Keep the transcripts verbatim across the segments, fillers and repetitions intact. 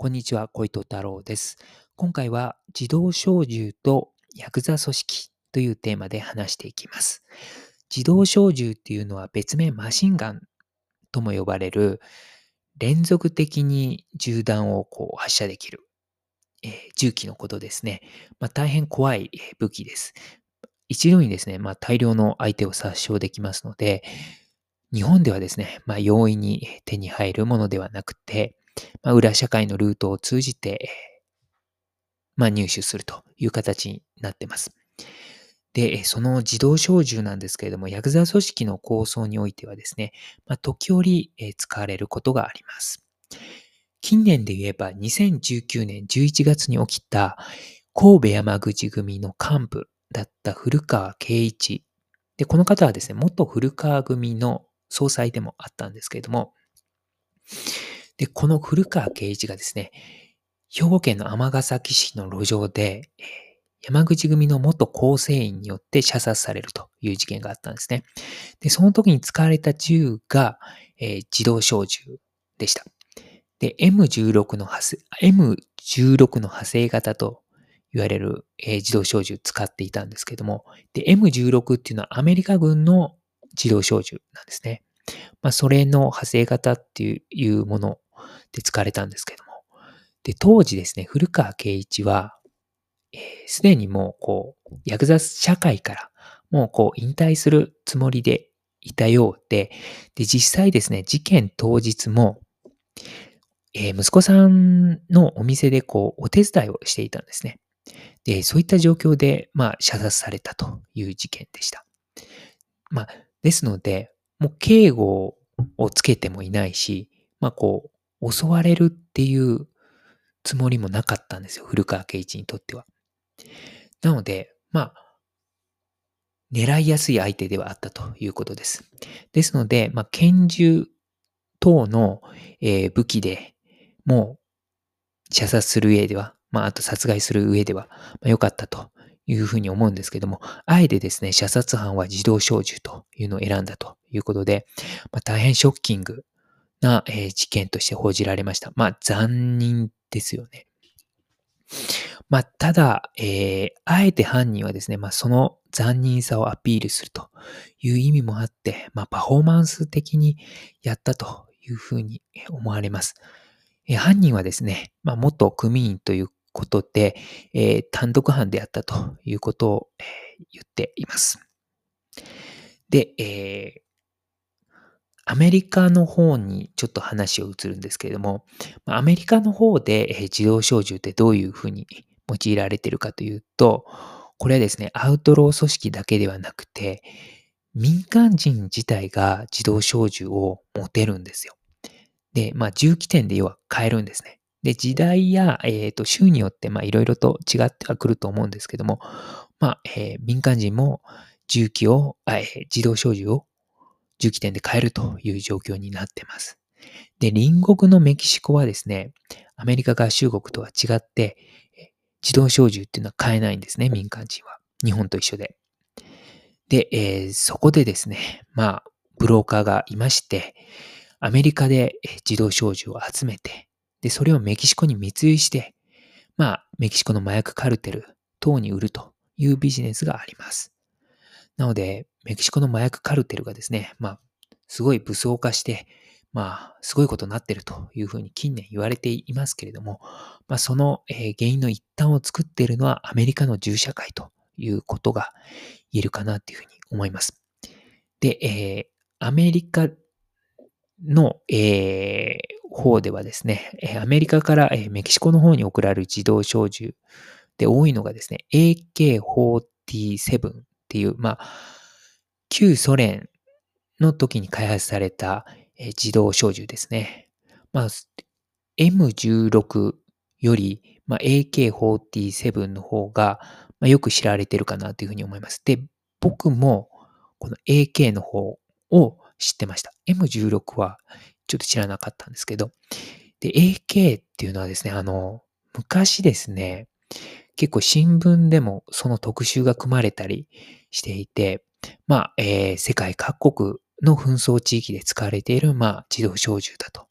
こんにちは、小糸太郎です。今回は自動小銃とヤクザ組織というテーマで話していきます。自動小銃っていうのは別名マシンガンとも呼ばれる連続的に銃弾をこう発射できる、えー銃器のことですね。まあ、大変怖いえー武器です。一度にですね、まあ、大量の相手を殺傷できますので、日本ではですね、まあ、容易に手に入るものではなくて、まあ、裏社会のルートを通じて、まあ、入手するという形になってます。で、その自動小銃なんですけれども、ヤクザ組織の構想においてはですね、まあ、時折えー使われることがあります。近年で言えばにせんじゅうきゅうねんじゅういちがつに起きた神戸山口組の幹部だった古川圭一。で、この方はですね、元古川組の総裁でもあったんですけれども、で、この古川圭一がですね、兵庫県の尼崎市の路上で、えー山口組の元構成員によって射殺されるという事件があったんですね。で、その時に使われた銃が、えー自動小銃でした。で、エムじゅうろく の派生、エムじゅうろく の派生型と言われる、えー自動小銃使っていたんですけども、で、エムじゅうろく っていうのはアメリカ軍の自動小銃なんですね。まあ、それの派生型っていういうもので使われたんですけども。で、当時ですね、古川圭一は、えーすでにもう、こう、ヤクザ社会から、もう、こう、引退するつもりでいたようで、で、実際ですね、事件当日も、えー息子さんのお店で、こう、お手伝いをしていたんですね。で、そういった状況で、まあ、射殺されたという事件でした。まあ、ですので、もう警護をつけてもいないし、まあ、こう、襲われるっていうつもりもなかったんですよ、古川圭一にとっては。なので、まあ、狙いやすい相手ではあったということです。ですので、まあ、拳銃等の、えー武器でもう射殺する上では、まあ、あと殺害する上では、まあ、良かったというふうに思うんですけども、あえてですね、射殺犯は自動小銃というのを選んだということで、まあ、大変ショッキングな、えー事件として報じられました。まあ、残忍ですよね。まあ、ただ、えーあえて犯人はですね、まあ、その残忍さをアピールするという意味もあって、まあ、パフォーマンス的にやったというふうに思われます。えー犯人はですね、まあ、元組員ということで、えー単独犯であったということを、えー言っています。で、えーアメリカの方にちょっと話を移るんですけれども、まあアメリカの方でえー自動小銃ってどういうふうに用いられているかというと、これはですね、アウトロー組織だけではなくて、民間人自体が自動小銃を持てるんですよ。で、まあ、銃器店で要は買えるんですね。で、時代や、えっと、州によって、まあ、いろいろと違ってはくると思うんですけども、まあ、えー民間人も銃器を、あえー自動小銃を銃器店で買えるという状況になってます。で、隣国のメキシコはですね、アメリカ合衆国とは違って、え自動小銃っていうのは買えないんですね、民間人は。日本と一緒で。で、えーそこでですね、まあ、ブローカーがいまして、アメリカでえー自動小銃を集めて、で、それをメキシコに密輸して、まあ、メキシコの麻薬カルテル等に売るというビジネスがあります。なので、メキシコの麻薬カルテルがですね、まあ、すごい武装化して、まあ、すごいことになっているというふうに近年言われていますけれども、まあ、その、えー原因の一端を作っているのはアメリカの銃社会ということが言えるかなというふうに思います。で、えーアメリカの、えー方ではですね、えーアメリカから、えーメキシコの方に送られる自動小銃で多いのがですね、エーケーフォーティーセブン っていう、まあ、旧ソ連の時に開発された、えー自動小銃ですね。まあ、エムじゅうろく より、まあ、エーケーフォーティーセブン の方が、まあ、よく知られてるかなというふうに思います。で、僕もこの エーケー の方を知ってました。エムじゅうろく はちょっと知らなかったんですけど、で、エーケー っていうのはですね、あの、昔ですね、結構新聞でもその特集が組まれたりしていて、まあ、えー世界各国の紛争地域で使われている、まあ、自動小銃だと。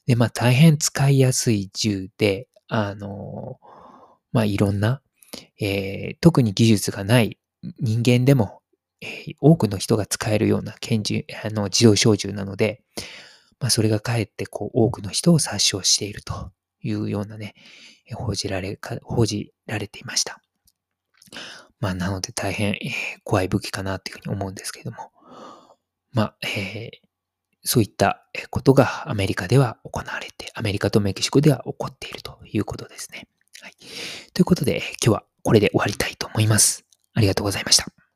で、まあ、大変使いやすい銃で、あの、まあ、いろんな、えー特に技術がない人間でも、えー多くの人が使えるような拳銃、あの、自動小銃なので、まあ、それがかえってこう多くの人を殺傷しているというようなね、え報じられか、報じられていました。まあ、なので大変、えー怖い武器かなというふうに思うんですけれども、まあ、えーそういったことがアメリカでは行われて、アメリカとメキシコでは起こっているということですね。はい。ということで、今日はこれで終わりたいと思います。ありがとうございました。